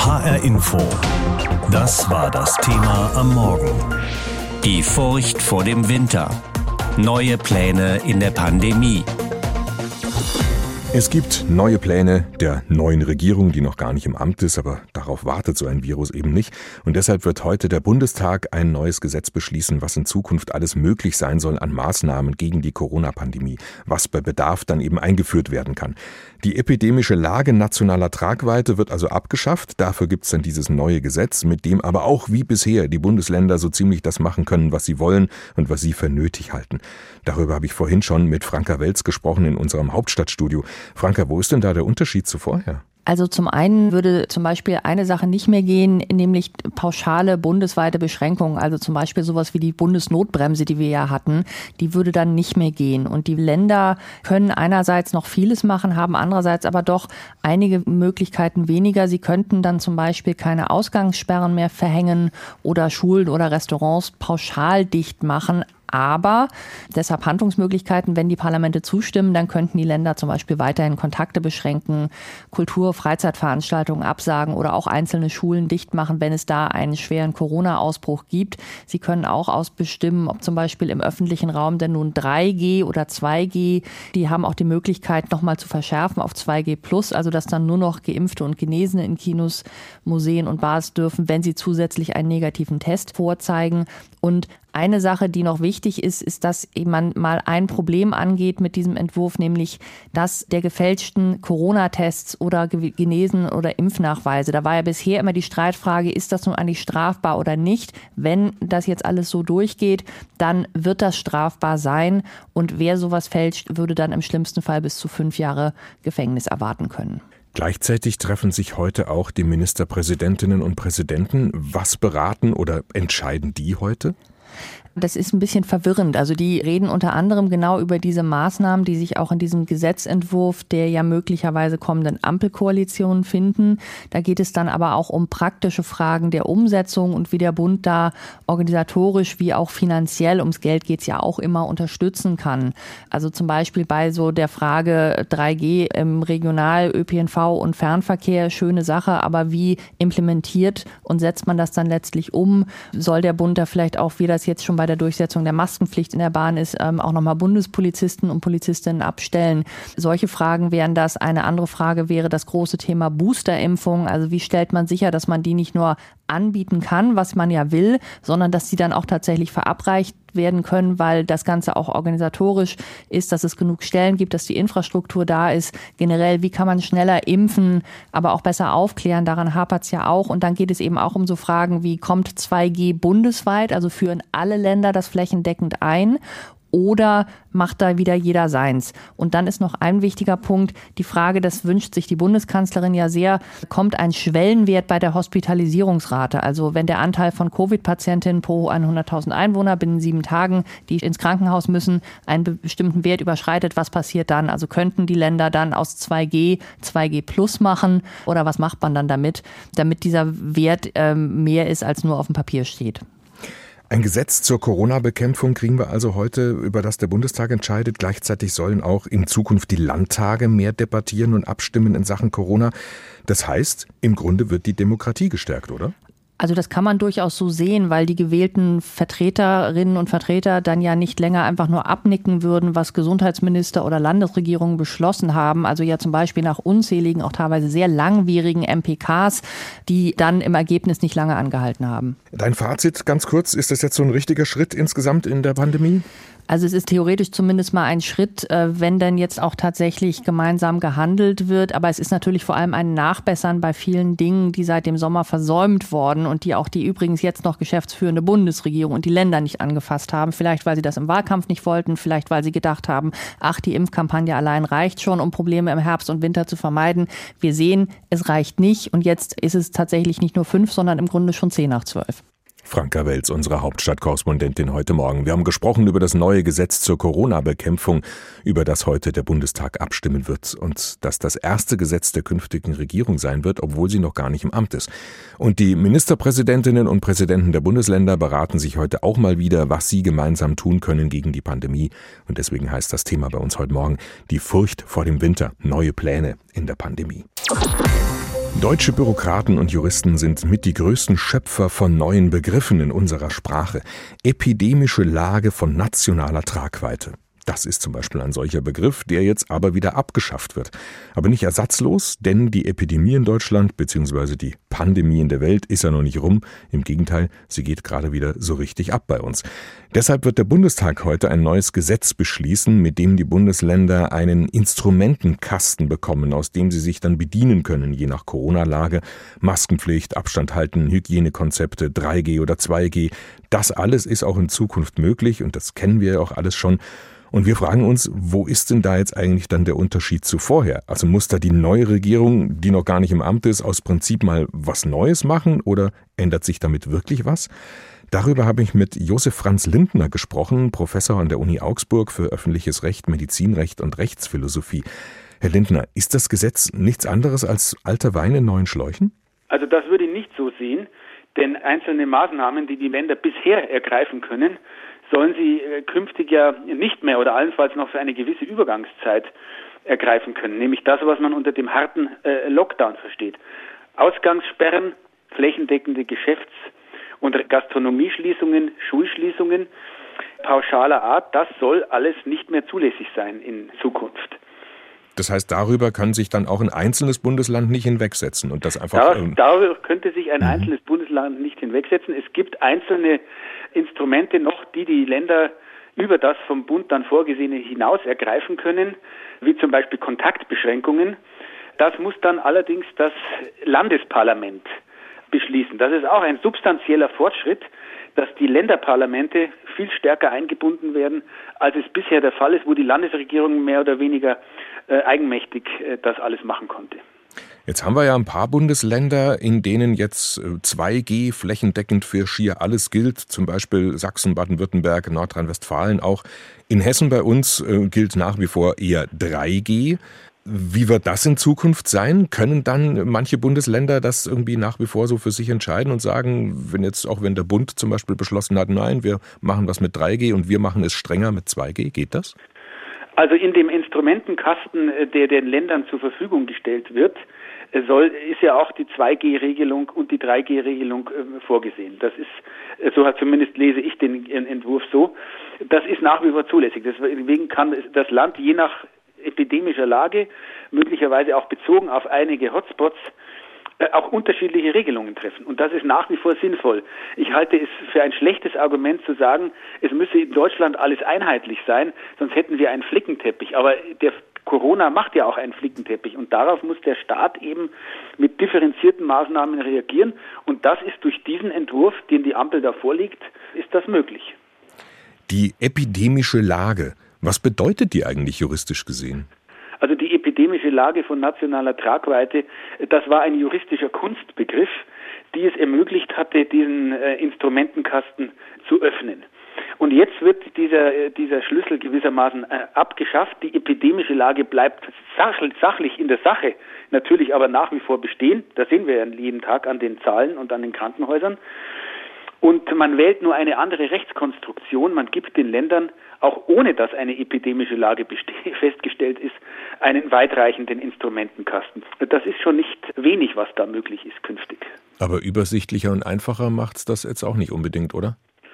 HR Info. Das war das Thema am Morgen. Die Furcht vor dem Winter. Neue Pläne in der Pandemie. Es gibt neue Pläne der neuen Regierung, die noch gar nicht im Amt ist, aber darauf wartet so ein Virus eben nicht. Und deshalb wird heute der Bundestag ein neues Gesetz beschließen, was in Zukunft alles möglich sein soll an Maßnahmen gegen die Corona-Pandemie, was bei Bedarf dann eben eingeführt werden kann. Die epidemische Lage nationaler Tragweite wird also abgeschafft. Dafür gibt es dann dieses neue Gesetz, mit dem aber auch wie bisher die Bundesländer so ziemlich das machen können, was sie wollen und was sie für nötig halten. Darüber habe ich vorhin schon mit Franka Welz gesprochen in unserem Hauptstadtstudio. Franka, wo ist denn da der Unterschied zu vorher? Also zum einen würde zum Beispiel eine Sache nicht mehr gehen, nämlich pauschale bundesweite Beschränkungen. Also zum Beispiel sowas wie die Bundesnotbremse, die wir ja hatten, die würde dann nicht mehr gehen. Und die Länder können einerseits noch vieles machen, haben andererseits aber doch einige Möglichkeiten weniger. Sie könnten dann zum Beispiel keine Ausgangssperren mehr verhängen oder Schulen oder Restaurants pauschal dicht machen. Aber deshalb Handlungsmöglichkeiten, wenn die Parlamente zustimmen, dann könnten die Länder zum Beispiel weiterhin Kontakte beschränken, Kultur-, Freizeitveranstaltungen absagen oder auch einzelne Schulen dicht machen, wenn es da einen schweren Corona-Ausbruch gibt. Sie können auch ausbestimmen, ob zum Beispiel im öffentlichen Raum denn nun 3G oder 2G, die haben auch die Möglichkeit nochmal zu verschärfen auf 2G+, also dass dann nur noch Geimpfte und Genesene in Kinos, Museen und Bars dürfen, wenn sie zusätzlich einen negativen Test vorzeigen. Und eine Sache, die noch wichtig ist, ist, dass man mal ein Problem angeht mit diesem Entwurf, nämlich das der gefälschten Corona-Tests oder Genesen- oder Impfnachweise. Da war ja bisher immer die Streitfrage, ist das nun eigentlich strafbar oder nicht? Wenn das jetzt alles so durchgeht, dann wird das strafbar sein. Und wer sowas fälscht, würde dann im schlimmsten Fall bis zu 5 Jahre Gefängnis erwarten können. Gleichzeitig treffen sich heute auch die Ministerpräsidentinnen und Präsidenten. Was beraten oder entscheiden die heute? Das ist ein bisschen verwirrend. Also die reden unter anderem genau über diese Maßnahmen, die sich auch in diesem Gesetzentwurf der ja möglicherweise kommenden Ampelkoalition finden. Da geht es dann aber auch um praktische Fragen der Umsetzung und wie der Bund da organisatorisch wie auch finanziell, ums Geld geht es ja auch immer, unterstützen kann. Also zum Beispiel bei so der Frage 3G im Regional-ÖPNV und Fernverkehr, schöne Sache, aber wie implementiert und setzt man das dann letztlich um? Soll der Bund da vielleicht auch, wie das jetzt schon bei der Durchsetzung der Maskenpflicht in der Bahn ist, auch nochmal Bundespolizisten und Polizistinnen abstellen. Solche Fragen wären das. Eine andere Frage wäre das große Thema Boosterimpfung. Also wie stellt man sicher, dass man die nicht nur anbieten kann, was man ja will, sondern dass sie dann auch tatsächlich verabreicht werden können, weil das Ganze auch organisatorisch ist, dass es genug Stellen gibt, dass die Infrastruktur da ist. Generell, wie kann man schneller impfen, aber auch besser aufklären, daran hapert es ja auch. Und dann geht es eben auch um so Fragen wie, kommt 2G bundesweit, also führen alle Länder das flächendeckend ein? Oder macht da wieder jeder seins? Und dann ist noch ein wichtiger Punkt, die Frage, das wünscht sich die Bundeskanzlerin ja sehr, kommt ein Schwellenwert bei der Hospitalisierungsrate? Also wenn der Anteil von Covid-Patientinnen pro 100.000 Einwohner binnen 7 Tagen, die ins Krankenhaus müssen, einen bestimmten Wert überschreitet, was passiert dann? Also könnten die Länder dann aus 2G machen oder was macht man dann damit dieser Wert mehr ist, als nur auf dem Papier steht? Ein Gesetz zur Corona-Bekämpfung kriegen wir also heute, über das der Bundestag entscheidet. Gleichzeitig sollen auch in Zukunft die Landtage mehr debattieren und abstimmen in Sachen Corona. Das heißt, im Grunde wird die Demokratie gestärkt, oder? Also das kann man durchaus so sehen, weil die gewählten Vertreterinnen und Vertreter dann ja nicht länger einfach nur abnicken würden, was Gesundheitsminister oder Landesregierungen beschlossen haben. Also ja zum Beispiel nach unzähligen, auch teilweise sehr langwierigen MPKs, die dann im Ergebnis nicht lange angehalten haben. Dein Fazit ganz kurz, ist das jetzt so ein richtiger Schritt insgesamt in der Pandemie? Also es ist theoretisch zumindest mal ein Schritt, wenn denn jetzt auch tatsächlich gemeinsam gehandelt wird. Aber es ist natürlich vor allem ein Nachbessern bei vielen Dingen, die seit dem Sommer versäumt wurden und die auch die übrigens jetzt noch geschäftsführende Bundesregierung und die Länder nicht angefasst haben. Vielleicht, weil sie das im Wahlkampf nicht wollten, vielleicht, weil sie gedacht haben, die Impfkampagne allein reicht schon, um Probleme im Herbst und Winter zu vermeiden. Wir sehen, es reicht nicht und jetzt ist es tatsächlich nicht nur 5, sondern im Grunde schon 10:10. Franka Welz, unsere Hauptstadtkorrespondentin heute Morgen. Wir haben gesprochen über das neue Gesetz zur Corona-Bekämpfung, über das heute der Bundestag abstimmen wird und das das erste Gesetz der künftigen Regierung sein wird, obwohl sie noch gar nicht im Amt ist. Und die Ministerpräsidentinnen und Präsidenten der Bundesländer beraten sich heute auch mal wieder, was sie gemeinsam tun können gegen die Pandemie. Und deswegen heißt das Thema bei uns heute Morgen die Furcht vor dem Winter, neue Pläne in der Pandemie. Deutsche Bürokraten und Juristen sind mit die größten Schöpfer von neuen Begriffen in unserer Sprache. Epidemische Lage von nationaler Tragweite. Das ist zum Beispiel ein solcher Begriff, der jetzt aber wieder abgeschafft wird. Aber nicht ersatzlos, denn die Epidemie in Deutschland bzw. die Pandemie in der Welt ist ja noch nicht rum. Im Gegenteil, sie geht gerade wieder so richtig ab bei uns. Deshalb wird der Bundestag heute ein neues Gesetz beschließen, mit dem die Bundesländer einen Instrumentenkasten bekommen, aus dem sie sich dann bedienen können, je nach Corona-Lage. Maskenpflicht, Abstand halten, Hygienekonzepte, 3G oder 2G. Das alles ist auch in Zukunft möglich und das kennen wir ja auch alles schon. Und wir fragen uns, wo ist denn da jetzt eigentlich dann der Unterschied zu vorher? Also muss da die neue Regierung, die noch gar nicht im Amt ist, aus Prinzip mal was Neues machen oder ändert sich damit wirklich was? Darüber habe ich mit Josef Franz Lindner gesprochen, Professor an der Uni Augsburg für öffentliches Recht, Medizinrecht und Rechtsphilosophie. Herr Lindner, ist das Gesetz nichts anderes als alter Wein in neuen Schläuchen? Also das würde ich nicht so sehen, denn einzelne Maßnahmen, die die Länder bisher ergreifen können, sollen sie künftig ja nicht mehr oder allenfalls noch für eine gewisse Übergangszeit ergreifen können. Nämlich das, was man unter dem harten Lockdown versteht. Ausgangssperren, flächendeckende Geschäfts- und Gastronomieschließungen, Schulschließungen pauschaler Art, das soll alles nicht mehr zulässig sein in Zukunft. Das heißt, darüber kann sich dann auch ein einzelnes Bundesland nicht hinwegsetzen und das einfach. Darüber könnte sich ein einzelnes Bundesland nicht hinwegsetzen. Es gibt einzelne Instrumente noch, die die Länder über das vom Bund dann Vorgesehene hinaus ergreifen können, wie zum Beispiel Kontaktbeschränkungen. Das muss dann allerdings das Landesparlament beschließen. Das ist auch ein substanzieller Fortschritt, dass die Länderparlamente viel stärker eingebunden werden, als es bisher der Fall ist, wo die Landesregierung mehr oder weniger eigenmächtig das alles machen konnte. Jetzt haben wir ja ein paar Bundesländer, in denen jetzt 2G flächendeckend für schier alles gilt, zum Beispiel Sachsen, Baden-Württemberg, Nordrhein-Westfalen auch. In Hessen bei uns gilt nach wie vor eher 3G. Wie wird das in Zukunft sein? Können dann manche Bundesländer das irgendwie nach wie vor so für sich entscheiden und sagen, wenn der Bund zum Beispiel beschlossen hat, nein, wir machen was mit 3G und wir machen es strenger mit 2G, geht das? Also in dem Instrumentenkasten, der den Ländern zur Verfügung gestellt wird, ist ja auch die 2G-Regelung und die 3G-Regelung vorgesehen. Das ist, so zumindest lese ich den Entwurf so, das ist nach wie vor zulässig. Deswegen kann das Land je nach epidemischer Lage, möglicherweise auch bezogen auf einige Hotspots, auch unterschiedliche Regelungen treffen. Und das ist nach wie vor sinnvoll. Ich halte es für ein schlechtes Argument zu sagen, es müsse in Deutschland alles einheitlich sein, sonst hätten wir einen Flickenteppich. Aber der Corona macht ja auch einen Flickenteppich und darauf muss der Staat eben mit differenzierten Maßnahmen reagieren. Und das ist durch diesen Entwurf, den die Ampel da vorlegt, ist das möglich. Die epidemische Lage, was bedeutet die eigentlich juristisch gesehen? Also die epidemische Lage von nationaler Tragweite, das war ein juristischer Kunstbegriff, die es ermöglicht hatte, diesen Instrumentenkasten zu öffnen. Und jetzt wird dieser Schlüssel gewissermaßen abgeschafft. Die epidemische Lage bleibt sachlich in der Sache natürlich aber nach wie vor bestehen. Das sehen wir ja jeden Tag an den Zahlen und an den Krankenhäusern. Und man wählt nur eine andere Rechtskonstruktion. Man gibt den Ländern, auch ohne dass eine epidemische Lage festgestellt ist, einen weitreichenden Instrumentenkasten. Das ist schon nicht wenig, was da möglich ist künftig. Aber übersichtlicher und einfacher macht's das jetzt auch nicht unbedingt, oder?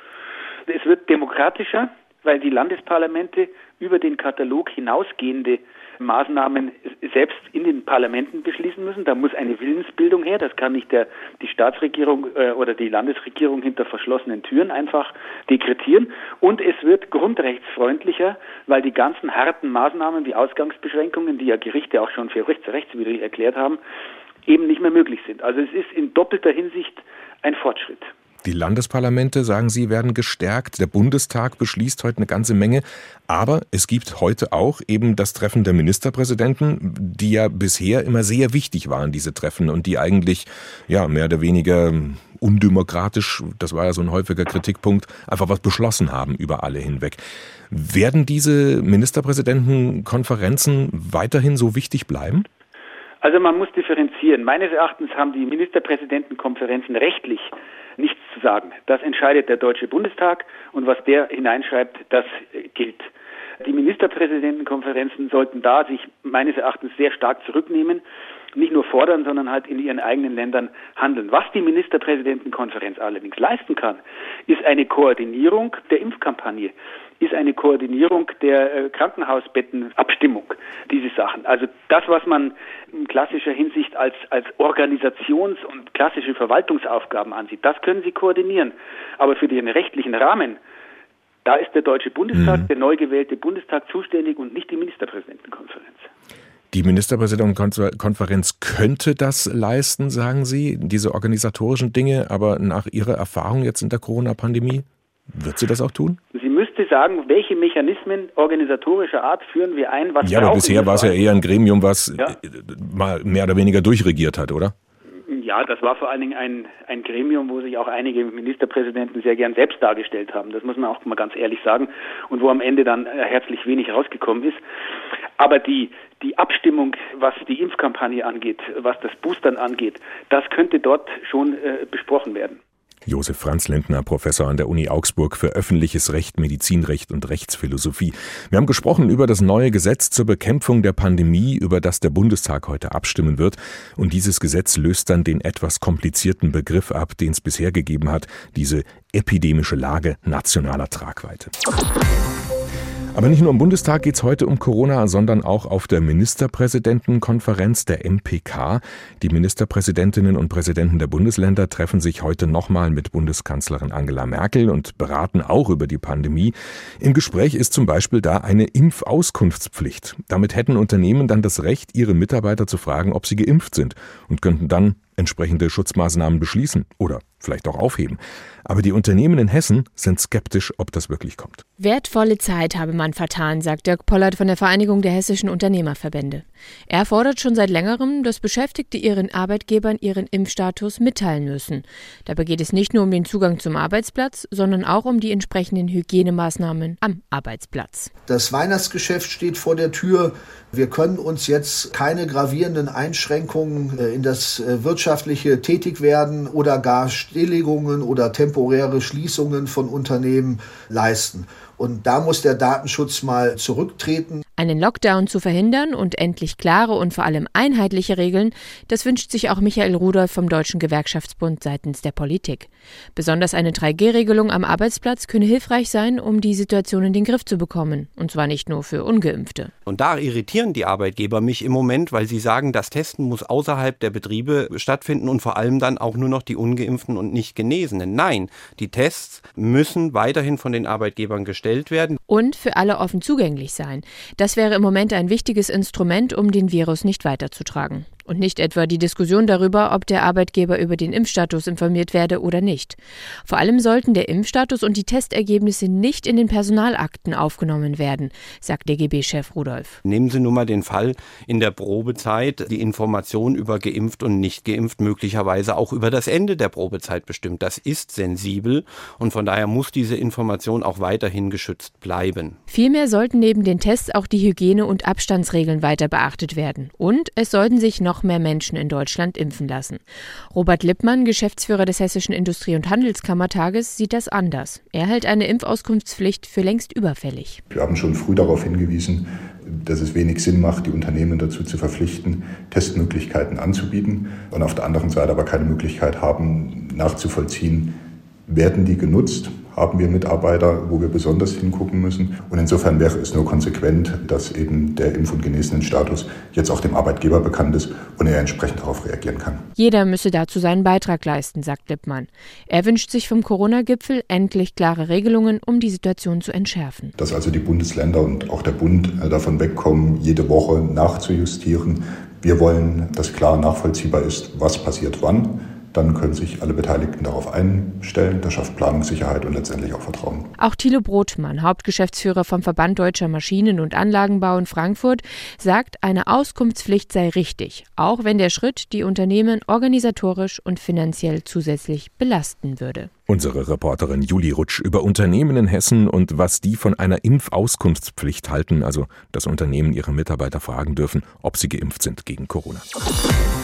Es wird demokratischer, weil die Landesparlamente über den Katalog hinausgehende Maßnahmen selbst in den Parlamenten beschließen müssen. Da muss eine Willensbildung her. Das kann nicht die Staatsregierung oder die Landesregierung hinter verschlossenen Türen einfach dekretieren. Und es wird grundrechtsfreundlicher, weil die ganzen harten Maßnahmen wie Ausgangsbeschränkungen, die ja Gerichte auch schon für rechtswidrig erklärt haben, eben nicht mehr möglich sind. Also es ist in doppelter Hinsicht ein Fortschritt. Die Landesparlamente, sagen Sie, werden gestärkt. Der Bundestag beschließt heute eine ganze Menge. Aber es gibt heute auch eben das Treffen der Ministerpräsidenten, die ja bisher immer sehr wichtig waren, diese Treffen, und die eigentlich ja mehr oder weniger undemokratisch, das war ja so ein häufiger Kritikpunkt, einfach was beschlossen haben über alle hinweg. Werden diese Ministerpräsidentenkonferenzen weiterhin so wichtig bleiben? Also man muss differenzieren. Meines Erachtens haben die Ministerpräsidentenkonferenzen rechtlich nichts zu sagen. Das entscheidet der Deutsche Bundestag und was der hineinschreibt, das gilt. Die Ministerpräsidentenkonferenzen sollten da sich meines Erachtens sehr stark zurücknehmen, nicht nur fordern, sondern halt in ihren eigenen Ländern handeln. Was die Ministerpräsidentenkonferenz allerdings leisten kann, ist eine Koordinierung der Impfkampagne, ist eine Koordinierung der Krankenhausbettenabstimmung, diese Sachen. Also das, was man in klassischer Hinsicht als Organisations- und klassische Verwaltungsaufgaben ansieht, das können sie koordinieren. Aber für den rechtlichen Rahmen, da ist der Deutsche Bundestag, der neu gewählte Bundestag zuständig und nicht die Ministerpräsidentenkonferenz. Die Ministerpräsidentenkonferenz könnte das leisten, sagen Sie, diese organisatorischen Dinge, aber nach Ihrer Erfahrung jetzt in der Corona-Pandemie, wird sie das auch tun? Sie müsste sagen, welche Mechanismen organisatorischer Art führen wir ein, was ja, aber bisher war es ja eher ein Gremium, was mal mehr oder weniger durchregiert hat, oder? Ja, das war vor allen Dingen ein Gremium, wo sich auch einige Ministerpräsidenten sehr gern selbst dargestellt haben. Das muss man auch mal ganz ehrlich sagen. Und wo am Ende dann herzlich wenig rausgekommen ist. Aber die Abstimmung, was die Impfkampagne angeht, was das Boostern angeht, das könnte dort schon besprochen werden. Josef Franz-Lindner, Professor an der Uni Augsburg für öffentliches Recht, Medizinrecht und Rechtsphilosophie. Wir haben gesprochen über das neue Gesetz zur Bekämpfung der Pandemie, über das der Bundestag heute abstimmen wird. Und dieses Gesetz löst dann den etwas komplizierten Begriff ab, den es bisher gegeben hat, diese epidemische Lage nationaler Tragweite. Aber nicht nur im Bundestag geht es heute um Corona, sondern auch auf der Ministerpräsidentenkonferenz der MPK. Die Ministerpräsidentinnen und Präsidenten der Bundesländer treffen sich heute nochmal mit Bundeskanzlerin Angela Merkel und beraten auch über die Pandemie. Im Gespräch ist zum Beispiel da eine Impfauskunftspflicht. Damit hätten Unternehmen dann das Recht, ihre Mitarbeiter zu fragen, ob sie geimpft sind und könnten dann entsprechende Schutzmaßnahmen beschließen oder vielleicht auch aufheben. Aber die Unternehmen in Hessen sind skeptisch, ob das wirklich kommt. Wertvolle Zeit habe man vertan, sagt Dirk Pollert von der Vereinigung der hessischen Unternehmerverbände. Er fordert schon seit längerem, dass Beschäftigte ihren Arbeitgebern ihren Impfstatus mitteilen müssen. Dabei geht es nicht nur um den Zugang zum Arbeitsplatz, sondern auch um die entsprechenden Hygienemaßnahmen am Arbeitsplatz. Das Weihnachtsgeschäft steht vor der Tür. Wir können uns jetzt keine gravierenden Einschränkungen in das wirtschaftliche Tätigwerden oder gar Stilllegungen oder temporäre Schließungen von Unternehmen leisten. Und da muss der Datenschutz mal zurücktreten. Einen Lockdown zu verhindern und endlich klare und vor allem einheitliche Regeln, das wünscht sich auch Michael Rudolph vom Deutschen Gewerkschaftsbund seitens der Politik. Besonders eine 3G-Regelung am Arbeitsplatz könne hilfreich sein, um die Situation in den Griff zu bekommen. Und zwar nicht nur für Ungeimpfte. Und da irritieren die Arbeitgeber mich im Moment, weil sie sagen, das Testen muss außerhalb der Betriebe stattfinden und vor allem dann auch nur noch die Ungeimpften und nicht Genesenen. Nein, die Tests müssen weiterhin von den Arbeitgebern gestellt werden. Und für alle offen zugänglich sein. Das wäre im Moment ein wichtiges Instrument, um den Virus nicht weiterzutragen. Und nicht etwa die Diskussion darüber, ob der Arbeitgeber über den Impfstatus informiert werde oder nicht. Vor allem sollten der Impfstatus und die Testergebnisse nicht in den Personalakten aufgenommen werden, sagt DGB-Chef Rudolph. Nehmen Sie nur mal den Fall in der Probezeit, die Information über geimpft und nicht geimpft möglicherweise auch über das Ende der Probezeit bestimmt. Das ist sensibel und von daher muss diese Information auch weiterhin geschützt bleiben. Vielmehr sollten neben den Tests auch die Hygiene- und Abstandsregeln weiter beachtet werden. Und es sollten sich noch mehr Menschen in Deutschland impfen lassen. Robert Lippmann, Geschäftsführer des Hessischen Industrie- und Handelskammertages, sieht das anders. Er hält eine Impfauskunftspflicht für längst überfällig. Wir haben schon früh darauf hingewiesen, dass es wenig Sinn macht, die Unternehmen dazu zu verpflichten, Testmöglichkeiten anzubieten und auf der anderen Seite aber keine Möglichkeit haben, nachzuvollziehen, werden die genutzt? Haben wir Mitarbeiter, wo wir besonders hingucken müssen? Und insofern wäre es nur konsequent, dass eben der Impf- und Genesenenstatus jetzt auch dem Arbeitgeber bekannt ist und er entsprechend darauf reagieren kann. Jeder müsse dazu seinen Beitrag leisten, sagt Lippmann. Er wünscht sich vom Corona-Gipfel endlich klare Regelungen, um die Situation zu entschärfen. Dass also die Bundesländer und auch der Bund davon wegkommen, jede Woche nachzujustieren. Wir wollen, dass klar nachvollziehbar ist, was passiert wann. Dann können sich alle Beteiligten darauf einstellen. Das schafft Planungssicherheit und letztendlich auch Vertrauen. Auch Thilo Brotmann, Hauptgeschäftsführer vom Verband Deutscher Maschinen- und Anlagenbau in Frankfurt, sagt, eine Auskunftspflicht sei richtig, auch wenn der Schritt die Unternehmen organisatorisch und finanziell zusätzlich belasten würde. Unsere Reporterin Juli Rutsch über Unternehmen in Hessen und was die von einer Impfauskunftspflicht halten, also dass Unternehmen ihre Mitarbeiter fragen dürfen, ob sie geimpft sind gegen Corona.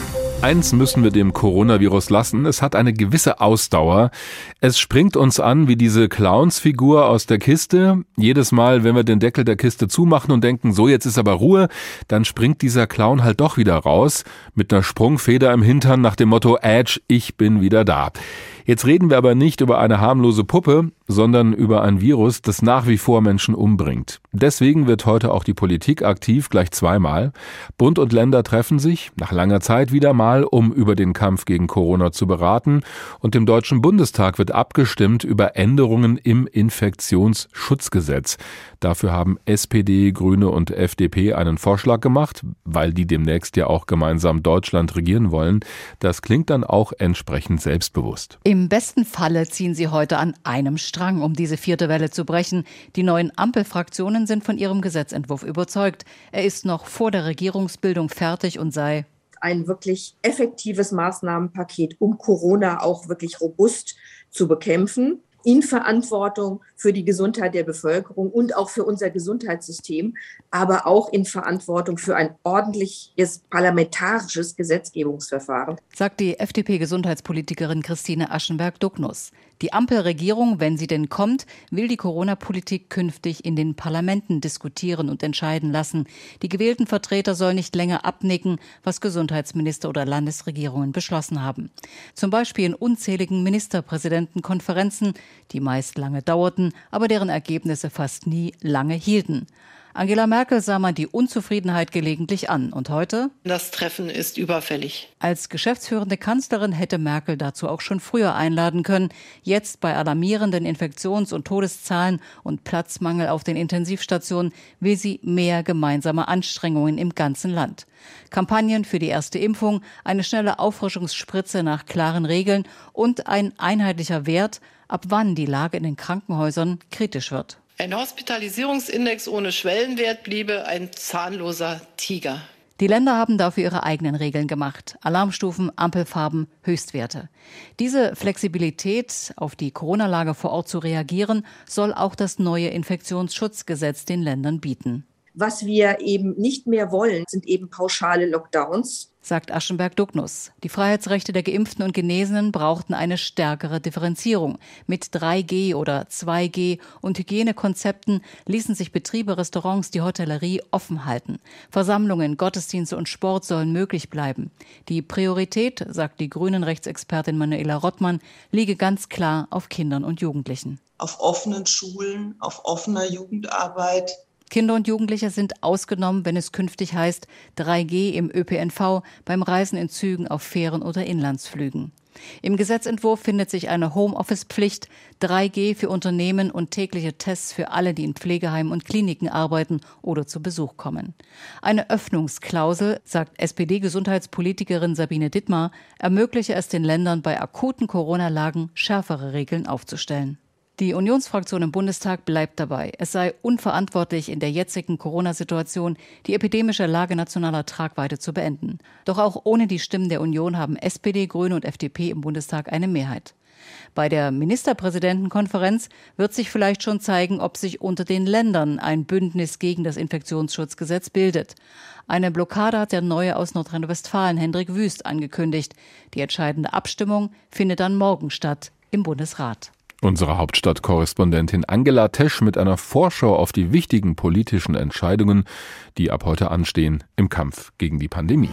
Eins müssen wir dem Coronavirus lassen, es hat eine gewisse Ausdauer. Es springt uns an wie diese Clownsfigur aus der Kiste. Jedes Mal, wenn wir den Deckel der Kiste zumachen und denken, so jetzt ist aber Ruhe, dann springt dieser Clown halt doch wieder raus, mit einer Sprungfeder im Hintern nach dem Motto, Edge, ich bin wieder da. Jetzt reden wir aber nicht über eine harmlose Puppe, sondern über ein Virus, das nach wie vor Menschen umbringt. Deswegen wird heute auch die Politik aktiv, gleich zweimal. Bund und Länder treffen sich, nach langer Zeit wieder mal, um über den Kampf gegen Corona zu beraten. Und im Deutschen Bundestag wird abgestimmt über Änderungen im Infektionsschutzgesetz. Dafür haben SPD, Grüne und FDP einen Vorschlag gemacht, weil die demnächst ja auch gemeinsam Deutschland regieren wollen. Das klingt dann auch entsprechend selbstbewusst. Im besten Falle ziehen sie heute an einem Strang, um diese 4. Welle zu brechen. Die neuen Ampelfraktionen sind von ihrem Gesetzentwurf überzeugt. Er ist noch vor der Regierungsbildung fertig und sei ein wirklich effektives Maßnahmenpaket, um Corona auch wirklich robust zu bekämpfen, in Verantwortung für die Gesundheit der Bevölkerung und auch für unser Gesundheitssystem, aber auch in Verantwortung für ein ordentliches parlamentarisches Gesetzgebungsverfahren, sagt die FDP-Gesundheitspolitikerin Christine Aschenberg-Ducknuss. Die Ampelregierung, wenn sie denn kommt, will die Corona-Politik künftig in den Parlamenten diskutieren und entscheiden lassen. Die gewählten Vertreter sollen nicht länger abnicken, was Gesundheitsminister oder Landesregierungen beschlossen haben. Zum Beispiel in unzähligen Ministerpräsidentenkonferenzen, die meist lange dauerten, aber deren Ergebnisse fast nie lange hielten. Angela Merkel sah man die Unzufriedenheit gelegentlich an. Und heute? Das Treffen ist überfällig. Als geschäftsführende Kanzlerin hätte Merkel dazu auch schon früher einladen können. Jetzt bei alarmierenden Infektions- und Todeszahlen und Platzmangel auf den Intensivstationen will sie mehr gemeinsame Anstrengungen im ganzen Land. Kampagnen für die erste Impfung, eine schnelle Auffrischungsspritze nach klaren Regeln und ein einheitlicher Wert, ab wann die Lage in den Krankenhäusern kritisch wird. Ein Hospitalisierungsindex ohne Schwellenwert bliebe ein zahnloser Tiger. Die Länder haben dafür ihre eigenen Regeln gemacht. Alarmstufen, Ampelfarben, Höchstwerte. Diese Flexibilität, auf die Corona-Lage vor Ort zu reagieren, soll auch das neue Infektionsschutzgesetz den Ländern bieten. Was wir eben nicht mehr wollen, sind eben pauschale Lockdowns, sagt Aschenberg-Ducknuss. Die Freiheitsrechte der Geimpften und Genesenen brauchten eine stärkere Differenzierung. Mit 3G oder 2G und Hygienekonzepten ließen sich Betriebe, Restaurants, die Hotellerie offen halten. Versammlungen, Gottesdienste und Sport sollen möglich bleiben. Die Priorität, sagt die Grünen-Rechtsexpertin Manuela Rottmann, liege ganz klar auf Kindern und Jugendlichen. Auf offenen Schulen, auf offener Jugendarbeit. Kinder und Jugendliche sind ausgenommen, wenn es künftig heißt 3G im ÖPNV, beim Reisen in Zügen, auf Fähren oder Inlandsflügen. Im Gesetzentwurf findet sich eine Homeoffice-Pflicht, 3G für Unternehmen und tägliche Tests für alle, die in Pflegeheimen und Kliniken arbeiten oder zu Besuch kommen. Eine Öffnungsklausel, sagt SPD-Gesundheitspolitikerin Sabine Dittmar, ermögliche es den Ländern, bei akuten Corona-Lagen schärfere Regeln aufzustellen. Die Unionsfraktion im Bundestag bleibt dabei. Es sei unverantwortlich, in der jetzigen Corona-Situation die epidemische Lage nationaler Tragweite zu beenden. Doch auch ohne die Stimmen der Union haben SPD, Grüne und FDP im Bundestag eine Mehrheit. Bei der Ministerpräsidentenkonferenz wird sich vielleicht schon zeigen, ob sich unter den Ländern ein Bündnis gegen das Infektionsschutzgesetz bildet. Eine Blockade hat der Neue aus Nordrhein-Westfalen, Hendrik Wüst, angekündigt. Die entscheidende Abstimmung findet dann morgen statt im Bundesrat. Unsere Hauptstadtkorrespondentin Angela Tesch mit einer Vorschau auf die wichtigen politischen Entscheidungen, die ab heute anstehen im Kampf gegen die Pandemie.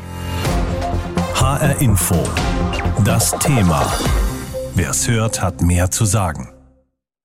HR Info. Das Thema. Wer es hört, hat mehr zu sagen.